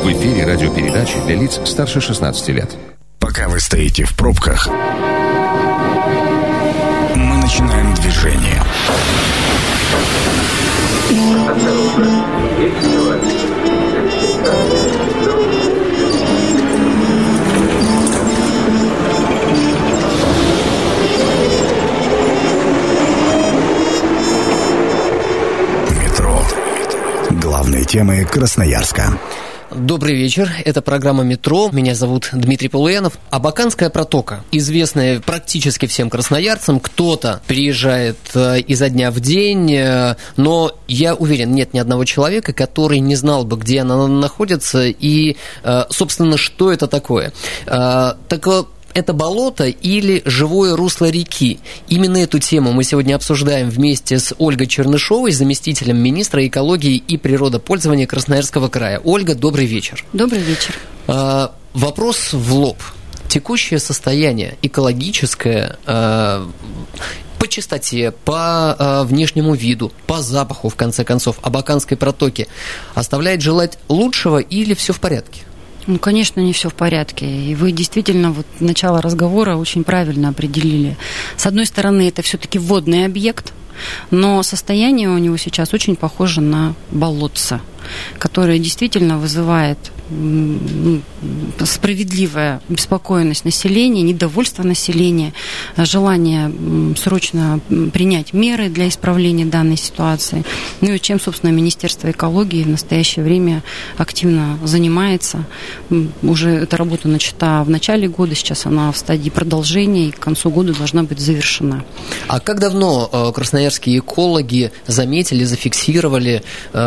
В эфире радиопередачи для лиц старше 16 лет. Пока вы стоите в пробках, мы начинаем движение. Метро. Главные темы Красноярска. Добрый вечер, это программа «Метро», меня зовут Дмитрий Полуянов. Абаканская протока, известная практически всем красноярцам, кто-то приезжает изо дня в день, но я уверен, нет ни одного человека, который не знал бы, где она находится и, собственно, что это такое. Это болото или живое русло реки? Именно эту тему мы сегодня обсуждаем вместе с Ольгой Чернышовой, заместителем министра экологии и природопользования Красноярского края. Ольга, добрый вечер. Добрый вечер. Вопрос в лоб. Текущее состояние экологическое по чистоте, по внешнему виду, по запаху, в конце концов, Абаканской протоки оставляет желать лучшего или все в порядке? Ну, конечно, не все в порядке. И вы действительно вот начало разговора очень правильно определили. С одной стороны, это все-таки водный объект, но состояние у него сейчас очень похоже на болотце, которое действительно вызывает справедливая обеспокоенность населения, недовольство населения, желание срочно принять меры для исправления данной ситуации. Ну и чем, собственно, Министерство экологии в настоящее время активно занимается. Уже эта работа начата в начале года, сейчас она в стадии продолжения и к концу года должна быть завершена. А как давно красноярские экологи заметили, зафиксировали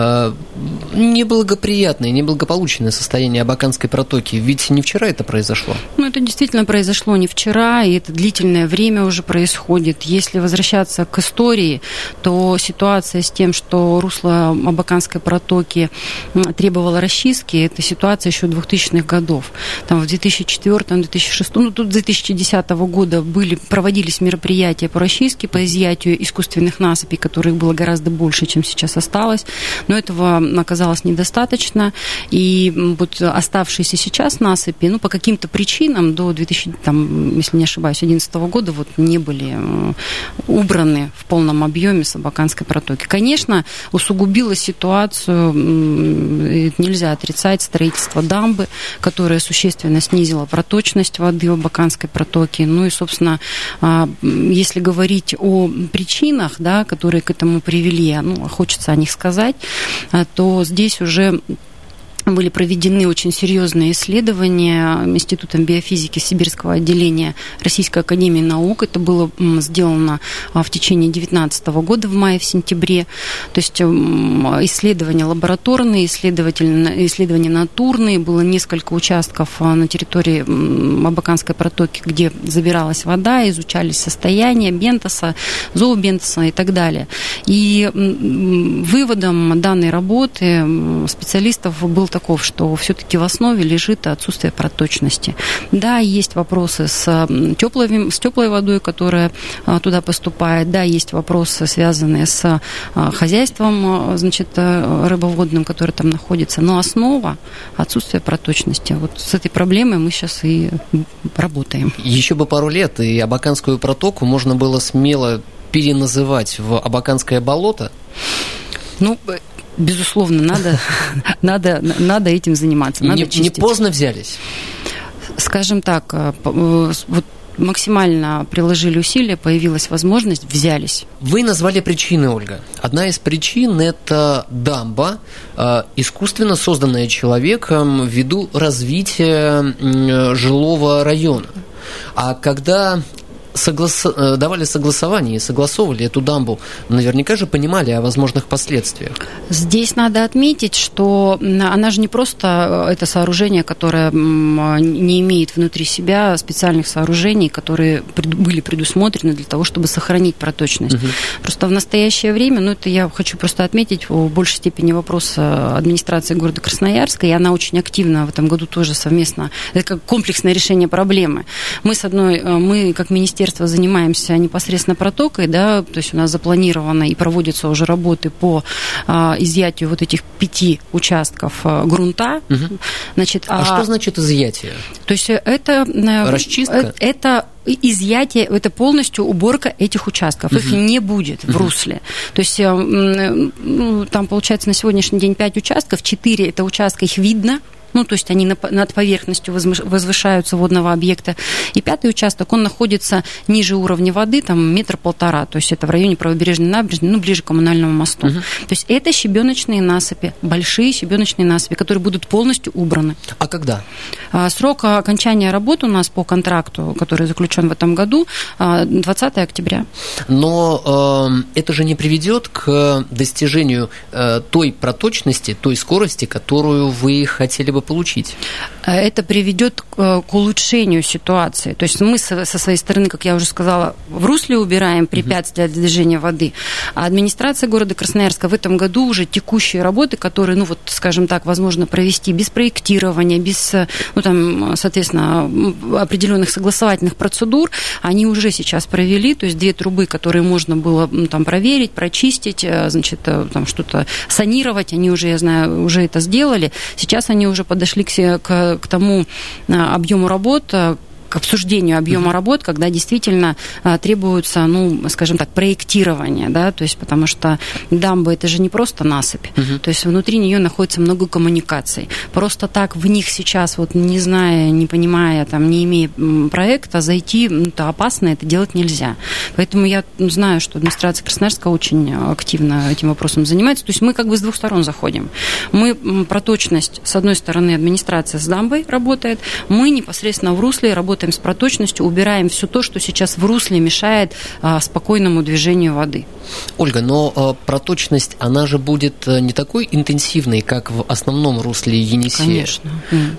неблагоприятное, неблагополучное состояние Абаканской протоки? Ведь не вчера это произошло. Ну, это действительно произошло не вчера, и это длительное время уже происходит. Если возвращаться к истории, то ситуация с тем, что русло Абаканской протоки требовало расчистки, это ситуация еще 2000-х годов. Там в 2004-2006, ну, тут 2010 года проводились мероприятия по расчистке, по изъятию искусственных насыпей, которых было гораздо больше, чем сейчас осталось, но этого оказалось недостаточно, и вот оставшиеся сейчас насыпи, ну, по каким-то причинам до 2000, там, если не ошибаюсь, 2011 года вот не были убраны в полном объеме с Абаканской протоки. Конечно, усугубило ситуацию, нельзя отрицать, строительство дамбы, которое существенно снизило проточность воды в Абаканской протоке. Ну и, собственно, если говорить о причинах, да, которые к этому привели, ну, хочется о них сказать, то здесь уже были проведены очень серьезные исследования Институтом биофизики Сибирского отделения Российской академии наук. Это было сделано в течение 2019 года, в мае, в сентябре. То есть исследования лабораторные, исследования натурные. Было несколько участков на территории Абаканской протоки, где забиралась вода, изучались состояния бентоса, зообентоса и так далее. И выводом данной работы специалистов был таков, что все-таки в основе лежит отсутствие проточности. Да, есть вопросы с теплой водой, которая туда поступает, да, есть вопросы, связанные с хозяйством, значит, рыбоводным, которое там находится, но основа отсутствие проточности. Вот с этой проблемой мы сейчас и работаем. Еще бы пару лет, и Абаканскую протоку можно было смело переназывать в Абаканское болото? Ну, безусловно, надо этим заниматься. Надо чистить. Не поздно взялись? Скажем так, вот максимально приложили усилия, появилась возможность, взялись. Вы назвали причины, Ольга. Одна из причин – это дамба, искусственно созданная человеком ввиду развития жилого района. А когда давали согласование и согласовывали эту дамбу, наверняка же понимали о возможных последствиях. Здесь надо отметить, что она же не просто это сооружение, которое не имеет внутри себя специальных сооружений, которые были предусмотрены для того, чтобы сохранить проточность. Угу. Просто в настоящее время, ну это я хочу просто отметить, в большей степени вопрос администрации города Красноярска, и она очень активно в этом году тоже совместно, это как комплексное решение проблемы. Мы как министерство министерства занимаемся непосредственно протокой, да, то есть у нас запланировано и проводятся уже работы по изъятию вот этих 5 участков грунта. Значит, что значит изъятие? То есть это... Расчистка? Это изъятие, это полностью уборка этих участков. Их не будет в русле. То есть там, получается, на сегодняшний день 5 участков, 4 это участка, их видно. Ну, то есть они над поверхностью возвышаются водного объекта. И 5-й участок, он находится ниже уровня воды, там 1-1,5 метра. То есть это в районе правобережной набережной, ну, ближе к коммунальному мосту. То есть это щебеночные насыпи, большие щебеночные насыпи, которые будут полностью убраны. А когда? Срок окончания работы у нас по контракту, который заключен в этом году, 20 октября. Но это же не приведет к достижению той проточности, той скорости, которую вы хотели бы получить. Это приведет к улучшению ситуации. То есть мы со своей стороны, как я уже сказала, в русле убираем препятствия для движения воды. А администрация города Красноярска в этом году уже текущие работы, которые, ну вот, скажем так, возможно провести без проектирования, без, ну там, соответственно, определенных согласовательных процедур, они уже сейчас провели. То есть 2 трубы, которые можно было там проверить, прочистить, значит, там что-то санировать, они уже, я знаю, уже это сделали. Сейчас они уже подошли к тому объему работ, к обсуждению объема работ, когда действительно требуется, ну, скажем так, проектирование, да, то есть потому что дамба – это же не просто насыпь, то есть внутри нее находится много коммуникаций. Просто так в них сейчас, вот не зная, не понимая, там, не имея проекта, зайти, ну, это опасно, это делать нельзя. Поэтому я знаю, что администрация Красноярска очень активно этим вопросом занимается. То есть мы как бы с 2 сторон заходим. Мы проточность, с одной стороны, администрация с дамбой работает, мы непосредственно в русле работаем с проточностью, убираем все то, что сейчас в русле мешает спокойному движению воды. Ольга, но проточность, она же будет не такой интенсивной, как в основном русле Енисея? Конечно.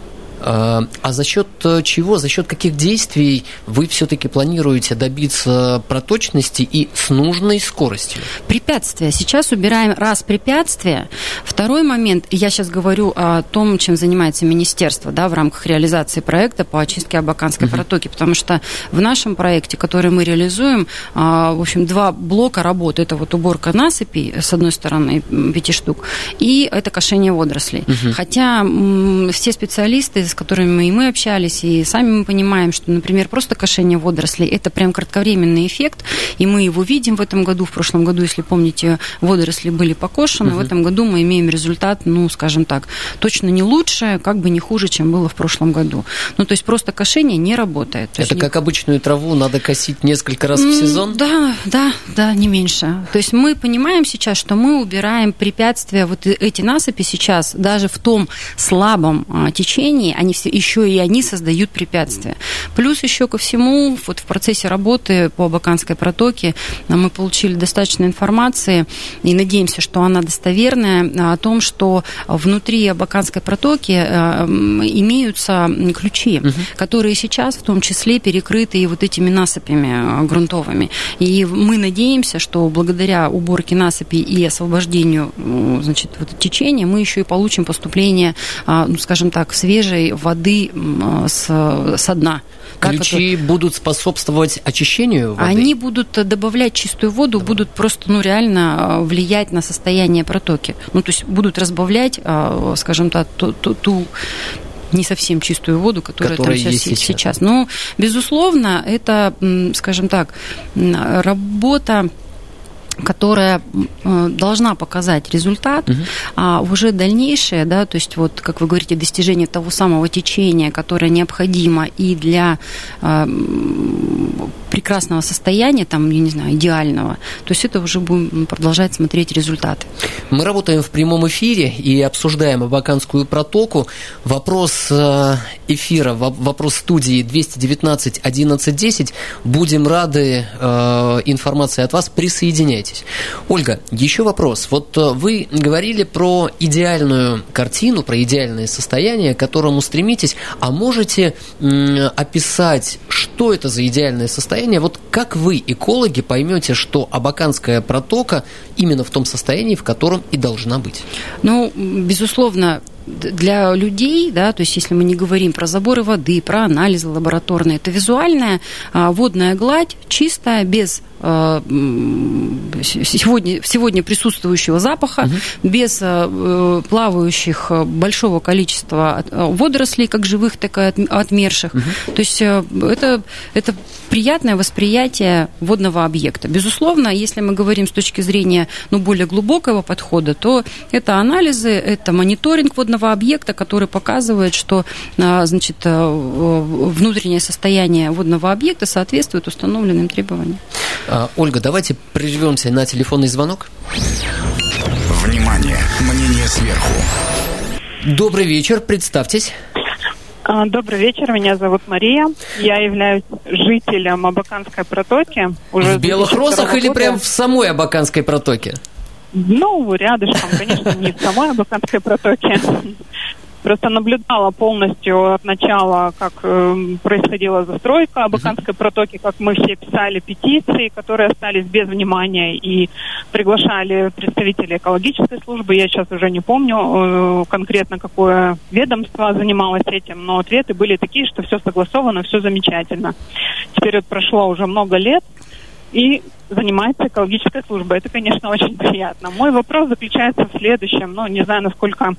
А за счет чего, за счет каких действий вы все-таки планируете добиться проточности и с нужной скоростью? Препятствия. Сейчас убираем препятствия. Второй момент, я сейчас говорю о том, чем занимается министерство, да, в рамках реализации проекта по очистке Абаканской протоки, потому что в нашем проекте, который мы реализуем, в общем, 2 блока работы. Это вот уборка насыпей, с одной стороны, 5 штук, и это кошение водорослей. Хотя все специалисты, с которыми мы общались, и сами мы понимаем, что, например, просто кошение водорослей – это прям кратковременный эффект, и мы его видим в этом году. В прошлом году, если помните, водоросли были покошены, в этом году мы имеем результат, ну, скажем так, точно не лучше, как бы не хуже, чем было в прошлом году. Ну, то есть просто кошение не работает. Это как обычную траву надо косить несколько раз в сезон? Да, не меньше. То есть мы понимаем сейчас, что мы убираем препятствия, вот эти насыпи сейчас, даже в том слабом течении, они все еще и они создают препятствия. Плюс еще ко всему, вот в процессе работы по Абаканской протоке мы получили достаточно информации и надеемся, что она достоверная, о том, что внутри Абаканской протоки имеются ключи, которые сейчас в том числе перекрыты и вот этими насыпями грунтовыми. И мы надеемся, что благодаря уборке насыпей и освобождению, значит, вот течения мы еще и получим поступление, скажем так, свежей воды со дна. Ключи будут способствовать очищению воды? Они будут добавлять чистую воду, будут просто, ну, реально влиять на состояние протоки. Ну, то есть будут разбавлять, скажем так, ту не совсем чистую воду, которая там сейчас. Но, безусловно, это, скажем так, работа, которая должна показать результат, а уже дальнейшее, да, то есть вот, как вы говорите, достижение того самого течения, которое необходимо и для прекрасного состояния, там, я не знаю, идеального, то есть это уже будем продолжать смотреть результаты. Мы работаем в прямом эфире и обсуждаем Абаканскую протоку. Вопрос эфира, вопрос студии 219 11 10. Будем рады информации от вас. Присоединяйтесь. Ольга, еще вопрос. Вот вы говорили про идеальную картину, про идеальное состояние, к которому стремитесь. А можете описать, что это за идеальное состояние? Вот как вы, экологи, поймете, что Абаканская протока именно в том состоянии, в котором и должна быть? Ну, безусловно, для людей, да, то есть если мы не говорим про заборы воды, про анализы лабораторные, это визуальная водная гладь, чистая, без сегодня присутствующего запаха, без плавающих большого количества водорослей, как живых, так и отмерших. То есть это приятное восприятие водного объекта. Безусловно, если мы говорим с точки зрения более глубокого подхода, то это анализы, это мониторинг водного объекта, который показывает, что значит, внутреннее состояние водного объекта соответствует установленным требованиям. Ольга, давайте прервемся на телефонный звонок. Внимание! Мнение сверху. Добрый вечер, представьтесь. Добрый вечер, меня зовут Мария. Я являюсь жителем Абаканской протоки. Уже в Белых Росах или прям в самой Абаканской протоке? Рядышком, конечно, не в самой Абаканской протоке. Просто наблюдала полностью от начала, как происходила застройка Абаканской протоки, как мы все писали петиции, которые остались без внимания, и приглашали представителей экологической службы. Я сейчас уже не помню конкретно, какое ведомство занималось этим, но ответы были такие, что все согласовано, все замечательно. Теперь прошло уже много лет, и занимается экологическая служба. Это, конечно, очень приятно. Мой вопрос заключается в следующем. Не знаю, насколько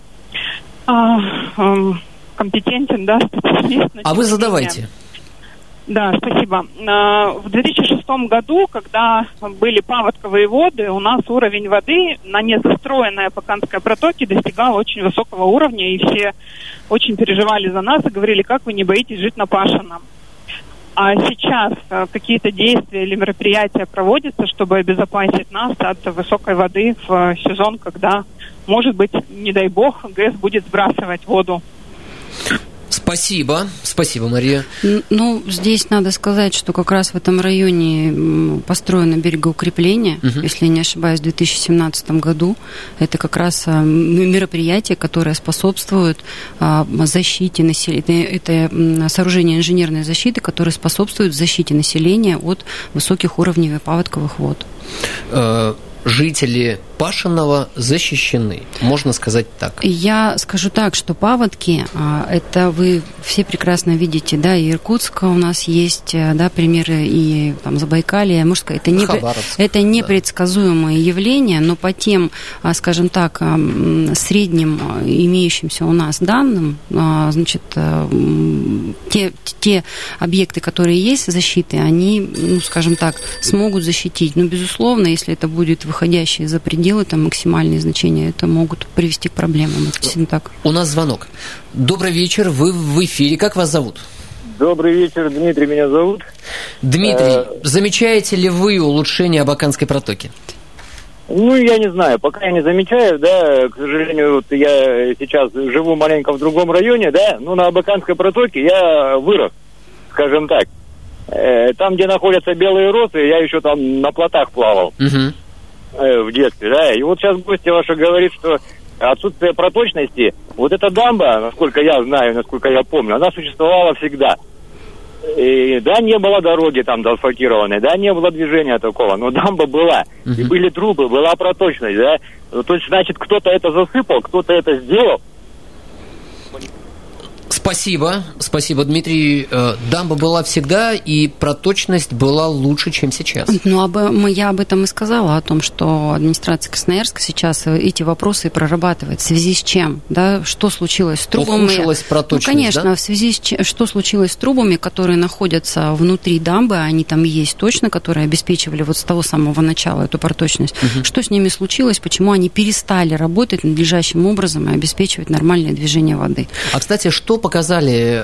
компетентен, да, специалист. А вы задавайте. Да, спасибо. В 2006 году, когда были паводковые воды, у нас уровень воды на незастроенной Абаканской протоке достигал очень высокого уровня, и все очень переживали за нас и говорили, как вы не боитесь жить на Пашином. А сейчас какие-то действия или мероприятия проводятся, чтобы обезопасить нас от высокой воды в сезон, когда, может быть, не дай бог, ГЭС будет сбрасывать воду. Спасибо, Мария. Здесь надо сказать, что как раз в этом районе построено берегоукрепление, если я не ошибаюсь, в 2017 году. Это как раз мероприятие, которое способствует защите населения. Это сооружение инженерной защиты, которое способствует защите населения от высоких уровней паводковых вод. Жители Пашиного защищены, можно сказать так. Я скажу так, что паводки, это вы все прекрасно видите, да, и Иркутска у нас есть, да, примеры, и там Забайкалье, Амурское, это непредсказуемые явления, но по тем, скажем так, средним имеющимся у нас данным, значит, те объекты, которые есть защиты, они, скажем так, смогут защитить. Но, безусловно, если это будет выходящие за пределы, там, максимальные значения, это могут привести к проблемам. Это действительно так. У нас звонок. Добрый вечер, вы в эфире. Как вас зовут? Добрый вечер, Дмитрий меня зовут. Дмитрий, замечаете ли вы улучшение Абаканской протоки? Я не знаю, пока я не замечаю, да, к сожалению, я сейчас живу маленько в другом районе, да, на Абаканской протоке я вырос, скажем так. Там, где находятся Белые Росы, я еще там на плотах плавал в детстве, да, и вот сейчас гостья ваша говорит, что отсутствие проточности, вот эта дамба, насколько я знаю, насколько я помню, она существовала всегда. И, да, не было дороги там доасфальтированной, да, не было движения такого, но дамба была, и были трубы, была проточность, да, то есть, значит, кто-то это засыпал, кто-то это сделал. Спасибо, Дмитрий. Дамба была всегда, и проточность была лучше, чем сейчас. Я об этом и сказала, о том, что администрация Красноярска сейчас эти вопросы прорабатывает. В связи с чем? Да, что случилось с трубами? Ухудшилась проточность, конечно, да? В связи с чем, что случилось с трубами, которые находятся внутри дамбы, они там есть точно, которые обеспечивали вот с того самого начала эту проточность. Что с ними случилось, почему они перестали работать надлежащим образом и обеспечивать нормальное движение воды? А, кстати, что показали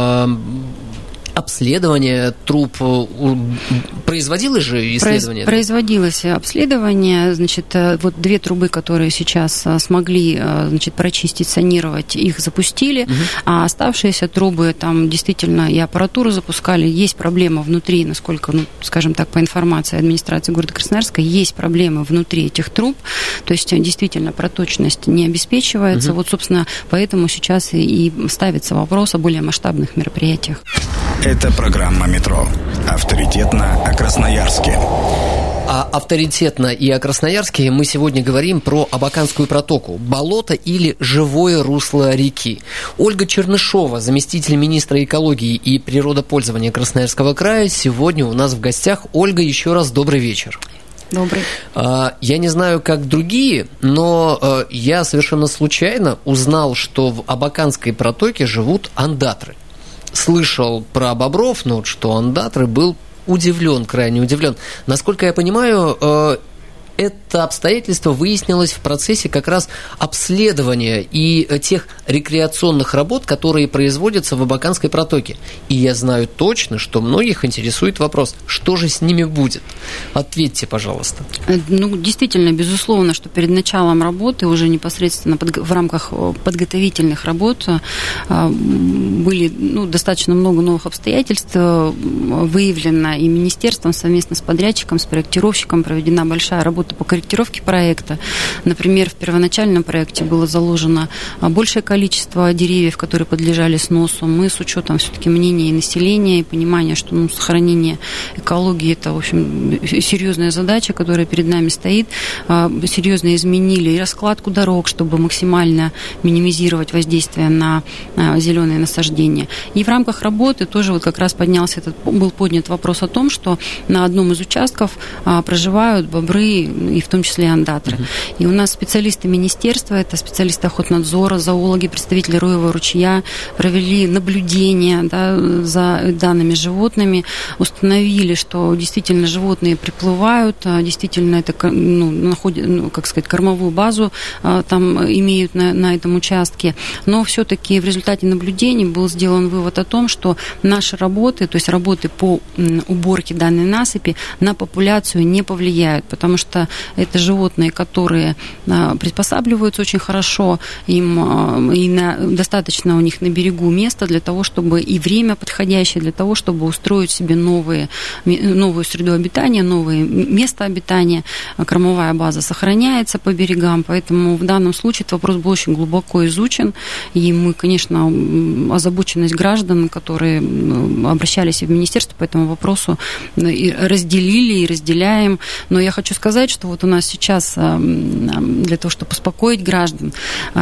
обследование труб? Производилось же исследование? Производилось обследование. Значит, вот 2 трубы, которые сейчас смогли, значит, прочистить, санировать, их запустили, а оставшиеся трубы, там действительно и аппаратуру запускали. Есть проблема внутри, насколько, скажем так, по информации администрации города Красноярска, есть проблемы внутри этих труб, то есть действительно проточность не обеспечивается. Вот, собственно, поэтому сейчас и ставится вопрос о более масштабных мероприятиях. Это программа «Метро». Авторитетно о Красноярске. А авторитетно и о Красноярске мы сегодня говорим про Абаканскую протоку, болото или живое русло реки. Ольга Чернышова, заместитель министра экологии и природопользования Красноярского края, сегодня у нас в гостях. Ольга, еще раз добрый вечер. Добрый. Я не знаю, как другие, но я совершенно случайно узнал, что в Абаканской протоке живут ондатры. Слышал про бобров, но что ондатры, был удивлен, крайне удивлен. Насколько я понимаю, это обстоятельство выяснилось в процессе как раз обследования и тех рекреационных работ, которые производятся в Абаканской протоке. И я знаю точно, что многих интересует вопрос, что же с ними будет. Ответьте, пожалуйста. Действительно, безусловно, что перед началом работы, уже непосредственно в рамках подготовительных работ, были достаточно много новых обстоятельств. Выявлено и министерством совместно с подрядчиком, с проектировщиком проведена большая работа по корректировке проекта. Например, в первоначальном проекте было заложено большее количество деревьев, которые подлежали сносу. Мы с учетом все-таки мнения и населения, и понимания, что сохранение экологии – это, в общем, серьезная задача, которая перед нами стоит, серьезно изменили и раскладку дорог, чтобы максимально минимизировать воздействие на зеленые насаждения. И в рамках работы тоже как раз был поднят вопрос о том, что на одном из участков проживают бобры, и в том числе и ондатры. И у нас специалисты министерства, это специалисты охотнадзора, зоологи, представители Роевого ручья провели наблюдение за данными животными, установили, что действительно животные приплывают, действительно это находят, кормовую базу там имеют на этом участке, но все-таки в результате наблюдений был сделан вывод о том, что наши работы, то есть работы по уборке данной насыпи на популяцию не повлияют, потому что это животные, которые приспосабливаются очень хорошо, достаточно у них на берегу места для того, чтобы и время подходящее для того, чтобы устроить себе новую среду обитания, новое место обитания. Кормовая база сохраняется по берегам, поэтому в данном случае этот вопрос был очень глубоко изучен, и мы, конечно, озабоченность граждан, которые обращались в министерство по этому вопросу, разделили и разделяем. Но я хочу сказать, что вот у нас сейчас для того, чтобы успокоить граждан,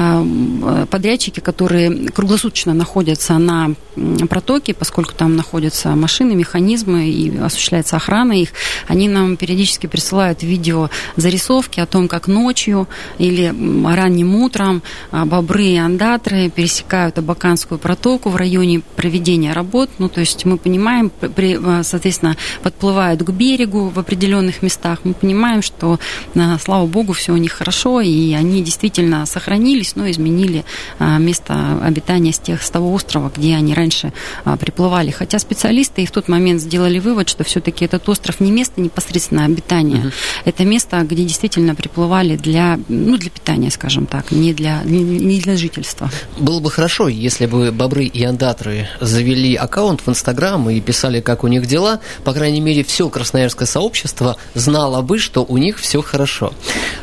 подрядчики, которые круглосуточно находятся на протоке, поскольку там находятся машины, механизмы и осуществляется охрана их, они нам периодически присылают видеозарисовки о том, как ночью или ранним утром бобры и ондатры пересекают Абаканскую протоку в районе проведения работ. То есть мы понимаем, соответственно, подплывают к берегу в определенных местах. Мы понимаем, что, слава богу, все у них хорошо, и они действительно сохранились, но изменили место обитания с того острова, где они раньше приплывали. Хотя специалисты и в тот момент сделали вывод, что все-таки этот остров не место непосредственно обитания, это место, где действительно приплывали для питания, скажем так, не для жительства. Было бы хорошо, если бы бобры и ондатры завели аккаунт в Инстаграм и писали, как у них дела. По крайней мере, все красноярское сообщество знало бы, что у них все хорошо.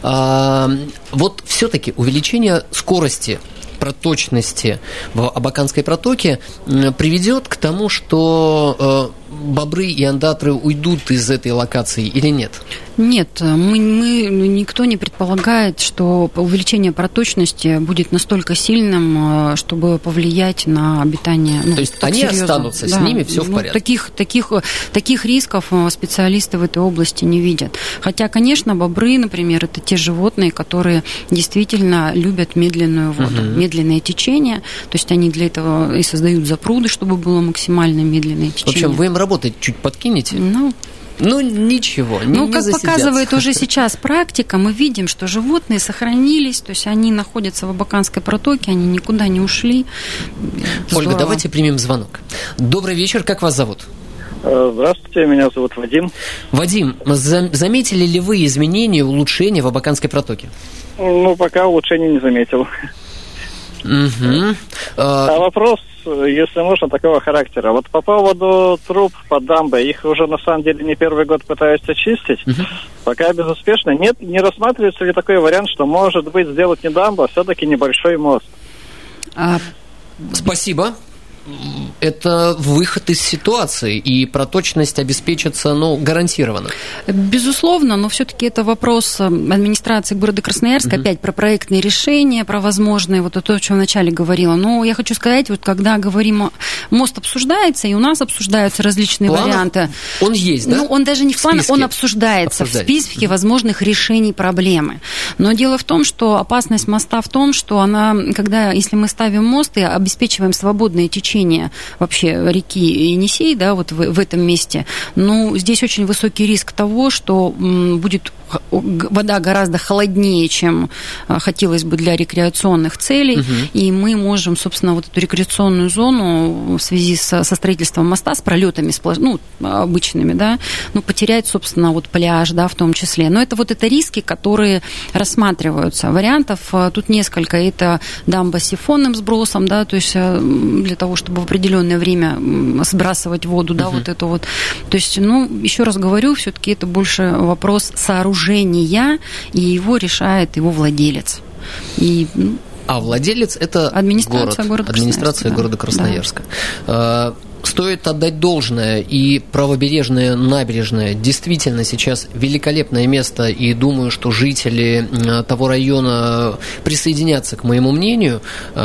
Вот все-таки увеличение скорости проточности в Абаканской протоке приведет к тому, что бобры и ондатры уйдут из этой локации или нет? Нет, никто не предполагает, что увеличение проточности будет настолько сильным, чтобы повлиять на обитание. То есть они серьезно останутся, с ними все в порядке? Таких рисков специалисты в этой области не видят. Хотя, конечно, бобры, например, это те животные, которые действительно любят медленную воду, медленное течение. То есть они для этого и создают запруды, чтобы было максимально медленное течение. В общем, вы им работаете чуть подкинете? Ничего, как показывает уже сейчас практика, мы видим, что животные сохранились, то есть они находятся в Абаканской протоке, они никуда не ушли. Ольга, давайте примем звонок. Добрый вечер, как вас зовут? Здравствуйте, меня зовут Вадим. Вадим, заметили ли вы изменения, улучшения в Абаканской протоке? Пока улучшений не заметил. А вопрос, если можно, такого характера. Вот по поводу труб под дамбой, их уже на самом деле не первый год пытаются чистить, пока безуспешно. Нет, не рассматривается ли такой вариант, что может быть сделать не дамба, а все-таки небольшой мост? Спасибо. это выход из ситуации, и проточность обеспечится, гарантированно. Безусловно, но все-таки это вопрос администрации города Красноярска, опять про проектные решения, про возможные, вот то, о чем я вначале говорила. Но я хочу сказать, вот когда говорим, мост обсуждается, и у нас обсуждаются различные варианты. Он есть, да? Он даже не в планах, он обсуждается в списке возможных решений проблемы. Но дело в том, что опасность моста в том, что если мы ставим мост и обеспечиваем свободное течение вообще реки Енисей, да, вот в этом месте, здесь очень высокий риск того, что будет вода гораздо холоднее, чем хотелось бы для рекреационных целей, и мы можем, собственно, вот эту рекреационную зону в связи со строительством моста, с пролетами обычными, да, потерять, собственно, вот пляж, да, в том числе. Но это риски, которые рассматриваются. Вариантов тут несколько. Это дамба с сифонным сбросом, да, то есть для того, чтобы в определенное время сбрасывать воду, да, вот это вот. То есть, еще раз говорю, все-таки это больше вопрос сооружения, и его решает его владелец. А владелец – это администрация города Красноярска. Да. Стоит отдать должное, и правобережная набережная действительно сейчас великолепное место, и думаю, что жители того района присоединятся к моему мнению,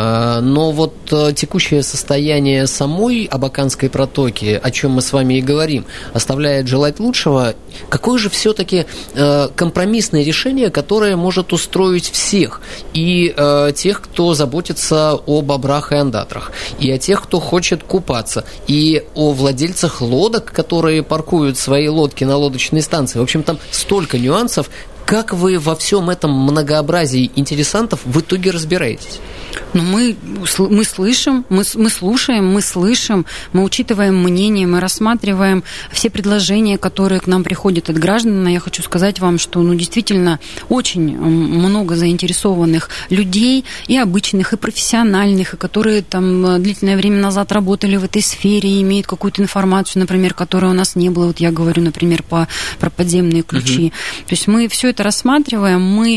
но вот текущее состояние самой Абаканской протоки, о чем мы с вами и говорим, оставляет желать лучшего. Какое же все-таки компромиссное решение, которое может устроить всех, и тех, кто заботится о бобрах и ондатрах, и о тех, кто хочет купаться, и о владельцах лодок, которые паркуют свои лодки на лодочной станции. В общем, там столько нюансов. Как вы во всем этом многообразии интересантов в итоге разбираетесь? Мы слышим, мы слушаем, мы слышим, мы учитываем мнение, мы рассматриваем все предложения, которые к нам приходят от граждан. Я хочу сказать вам, что действительно очень много заинтересованных людей, и обычных, и профессиональных, и которые там длительное время назад работали в этой сфере и имеют какую-то информацию, например, которой у нас не было. Вот я говорю, например, про подземные ключи. То есть мы все это рассматриваем. Мы,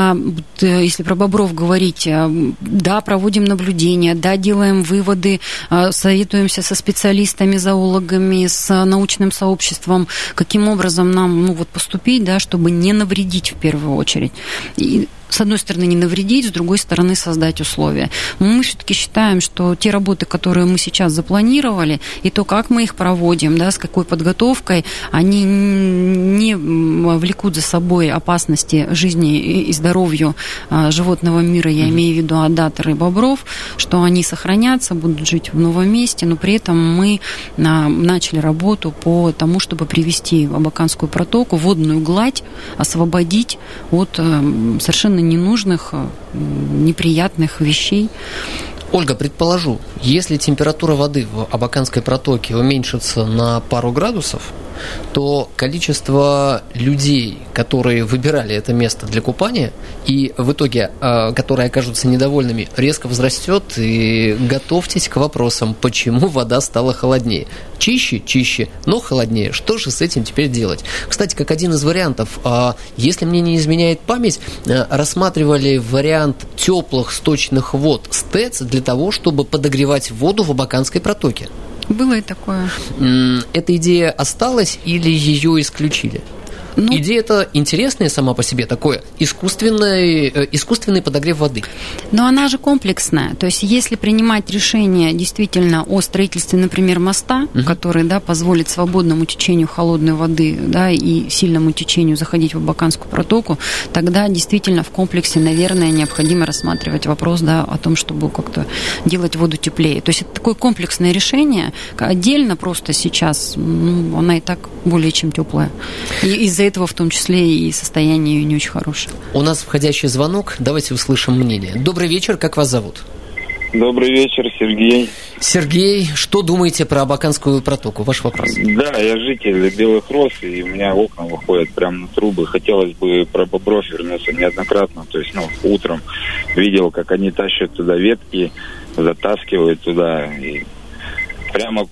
если про бобров говорить, да, проводим наблюдения, да, делаем выводы, советуемся со специалистами, зоологами, с научным сообществом, каким образом нам поступить, да, чтобы не навредить в первую очередь. И с одной стороны, не навредить, с другой стороны, создать условия. Мы все-таки считаем, что те работы, которые мы сейчас запланировали, и то, как мы их проводим, да, с какой подготовкой, они не влекут за собой опасности жизни и здоровью животного мира, я имею в виду ондатр и бобров, что они сохранятся, будут жить в новом месте, но при этом мы начали работу по тому, чтобы привести Абаканскую протоку, водную гладь, освободить от совершенно ненужных, неприятных вещей. Ольга, предположу, если температура воды в Абаканской протоке уменьшится на пару градусов, то количество людей, которые выбирали это место для купания, и в итоге, которые окажутся недовольными, резко возрастет. И готовьтесь к вопросам, почему вода стала холоднее. Чище, но холоднее. Что же с этим теперь делать? Кстати, как один из вариантов, если мне не изменяет память, рассматривали вариант теплых сточных вод с ТЭЦ для того, чтобы подогревать воду в Абаканской протоке. Было и такое. Эта идея осталась или ее исключили? Идея-то интересная сама по себе, такое искусственный подогрев воды. Но она же комплексная. То есть, если принимать решение действительно о строительстве, например, моста, который, да, позволит свободному течению холодной воды, да, и сильному течению заходить в Абаканскую протоку, тогда действительно в комплексе, наверное, необходимо рассматривать вопрос, да, о том, чтобы как-то делать воду теплее. То есть, это такое комплексное решение. Отдельно просто сейчас она и так более чем теплая. И из-за этого в том числе и состояние ее не очень хорошее. У нас входящий звонок. Давайте услышим мнение. Добрый вечер. Как вас зовут? Добрый вечер, Сергей. Сергей, что думаете про Абаканскую протоку? Ваш вопрос. Да, я житель Белых Роз, и у меня окна выходят прямо на трубы. Хотелось бы про бобров вернуться неоднократно. То есть, утром видел, как они тащат туда ветки, затаскивают туда, и прямо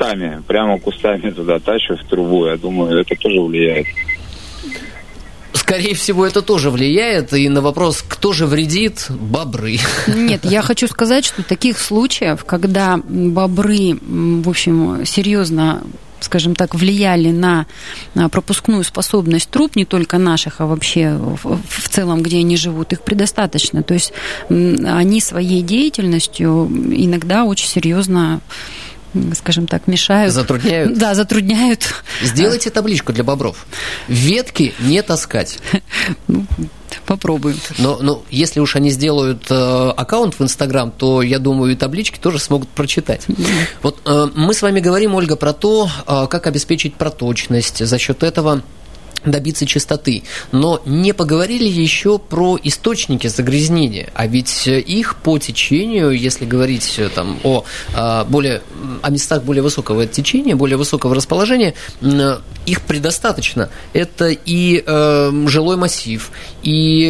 кустами туда тащат в трубу. Я думаю, это тоже влияет. скорее всего, это тоже влияет. И на вопрос, кто же вредит, бобры. Нет, я хочу сказать, что таких случаев, когда бобры, в общем, серьезно, скажем так, влияли на пропускную способность труб, не только наших, а вообще в целом, где они живут, их предостаточно. То есть они своей деятельностью иногда очень серьезно, скажем так, мешают. Затрудняют? Да, затрудняют. Сделайте табличку для бобров. Ветки не таскать. Попробуем. Но если уж они сделают аккаунт в Инстаграм, то, я думаю, и таблички тоже смогут прочитать. Вот мы с вами говорим, Ольга, про то, как обеспечить проточность, за счет этого добиться чистоты. Но не поговорили еще про источники загрязнения. А ведь их по течению, если говорить там, о местах более высокого течения, более высокого расположения, их предостаточно. Это и жилой массив, и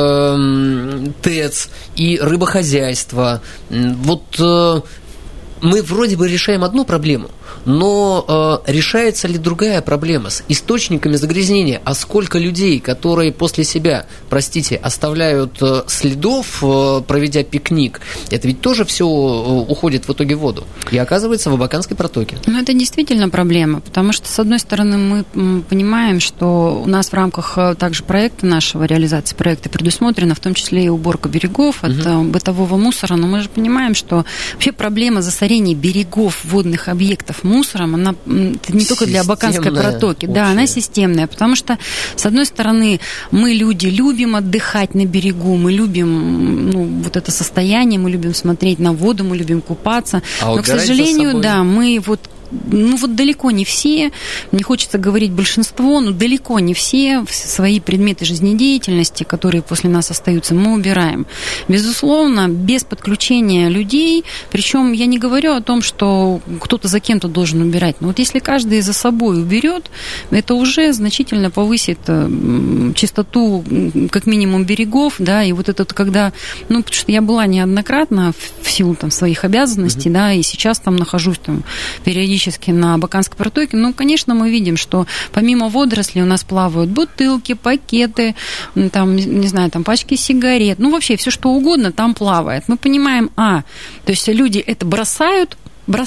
ТЭЦ, и рыбохозяйство. Вот мы вроде бы решаем одну проблему, но решается ли другая проблема с источниками загрязнения? А сколько людей, которые после себя, оставляют следов, проведя пикник, это ведь тоже все уходит в итоге в воду и оказывается в Абаканской протоке. Ну, это действительно проблема, потому что, с одной стороны, мы понимаем, что у нас в рамках также проекта нашего, реализации проекта предусмотрена, в том числе и уборка берегов от бытового мусора, но мы же понимаем, что вообще проблема засорения берегов водных объектов мусором, она не только для Абаканской протоки, да, она системная, потому что, с одной стороны, мы, люди, любим отдыхать на берегу, мы любим вот это состояние, мы любим смотреть на воду, мы любим купаться, но, к сожалению, да, мы далеко не все, не хочется говорить большинство, но далеко не все свои предметы жизнедеятельности, которые после нас остаются, мы убираем. Безусловно, без подключения людей, причем я не говорю о том, что кто-то за кем-то должен убирать, но вот если каждый за собой уберет, это уже значительно повысит чистоту, как минимум, берегов, да, и вот это когда, потому что я была неоднократно в силу своих обязанностей, да, и сейчас там нахожусь периодически на Абаканской протоке, конечно, мы видим, что помимо водорослей у нас плавают бутылки, пакеты, не знаю, пачки сигарет, вообще все что угодно там плавает. Мы понимаем, то есть люди это бросают,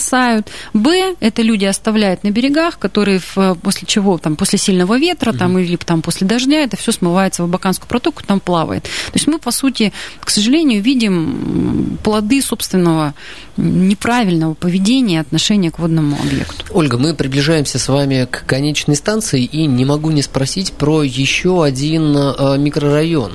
Б, это люди оставляют на берегах, которые после чего, после сильного ветра или после дождя, это все смывается в Абаканскую протоку, там плавает. То есть мы, по сути, к сожалению, видим плоды собственного неправильного поведения, отношения к водному объекту. Ольга, мы приближаемся с вами к конечной станции, и не могу не спросить про еще один микрорайон.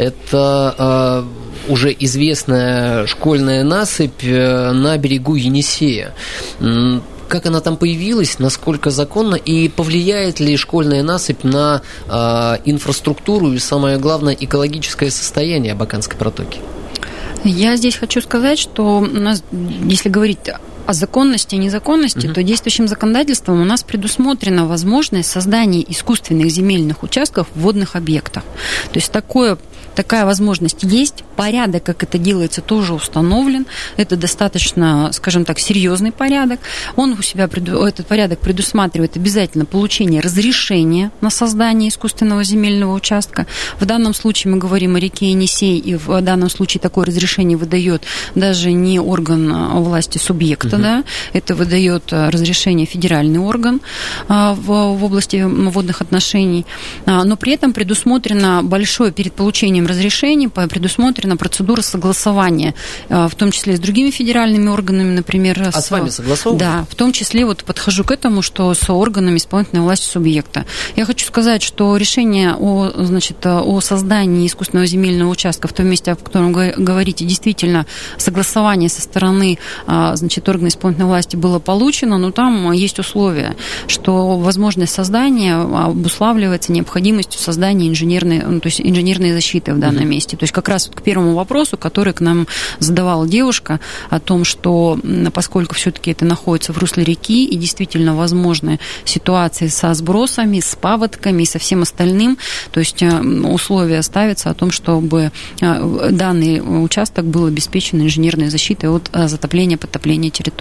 Это уже известная школьная насыпь на берегу Енисея. Как она там появилась, насколько законно, и повлияет ли школьная насыпь на инфраструктуру и, самое главное, экологическое состояние Абаканской протоки? Я здесь хочу сказать, что у нас, если говорить о законности и незаконности, то действующим законодательством у нас предусмотрена возможность создания искусственных земельных участков в водных объектах. То есть такая возможность есть, порядок, как это делается, тоже установлен. Это достаточно, скажем так, серьезный порядок. Этот порядок предусматривает обязательно получение разрешения на создание искусственного земельного участка. В данном случае мы говорим о реке Енисей, и в данном случае такое разрешение выдает даже не орган власти субъекта, да, это выдает разрешение федеральный орган в области водных отношений. Но при этом предусмотрено перед получением разрешений, предусмотрена процедура согласования, в том числе с другими федеральными органами, например. С вами согласовывают? Да, в том числе подхожу к этому, что с органами исполнительной власти субъекта. Я хочу сказать, что решение о создании искусственного земельного участка в том месте, о котором вы говорите, действительно согласование со стороны органа исполнительной власти было получено, но там есть условия, что возможность создания обуславливается необходимостью создания инженерной защиты в данном месте. То есть как раз к первому вопросу, который к нам задавала девушка, о том, что поскольку все-таки это находится в русле реки и действительно возможны ситуации со сбросами, с паводками и со всем остальным, то есть условия ставятся о том, чтобы данный участок был обеспечен инженерной защитой от затопления, подтопления территории.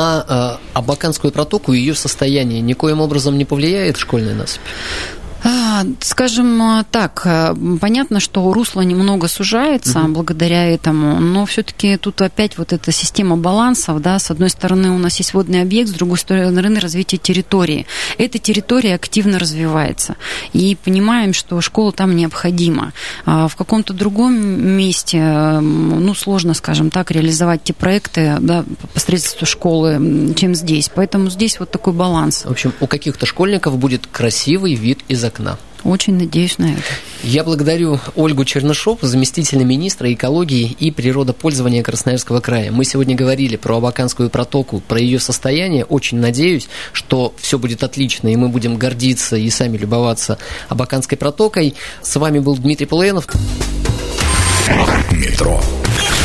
На Абаканскую протоку и ее состояние никоим образом не повлияет школьная насыпь? Скажем так, понятно, что русло немного сужается благодаря этому, но все-таки тут опять вот эта система балансов, да, с одной стороны у нас есть водный объект, с другой стороны развитие территории. Эта территория активно развивается, и понимаем, что школа там необходима. В каком-то другом месте, сложно, скажем так, реализовать те проекты, да, посредством школы, чем здесь. Поэтому здесь вот такой баланс. В общем, у каких-то школьников будет красивый вид из окна. Очень надеюсь на это. Я благодарю Ольгу Чернышову, заместителя министра экологии и природопользования Красноярского края. Мы сегодня говорили про Абаканскую протоку, про ее состояние. Очень надеюсь, что все будет отлично, и мы будем гордиться и сами любоваться Абаканской протокой. С вами был Дмитрий Полуянов. Метро.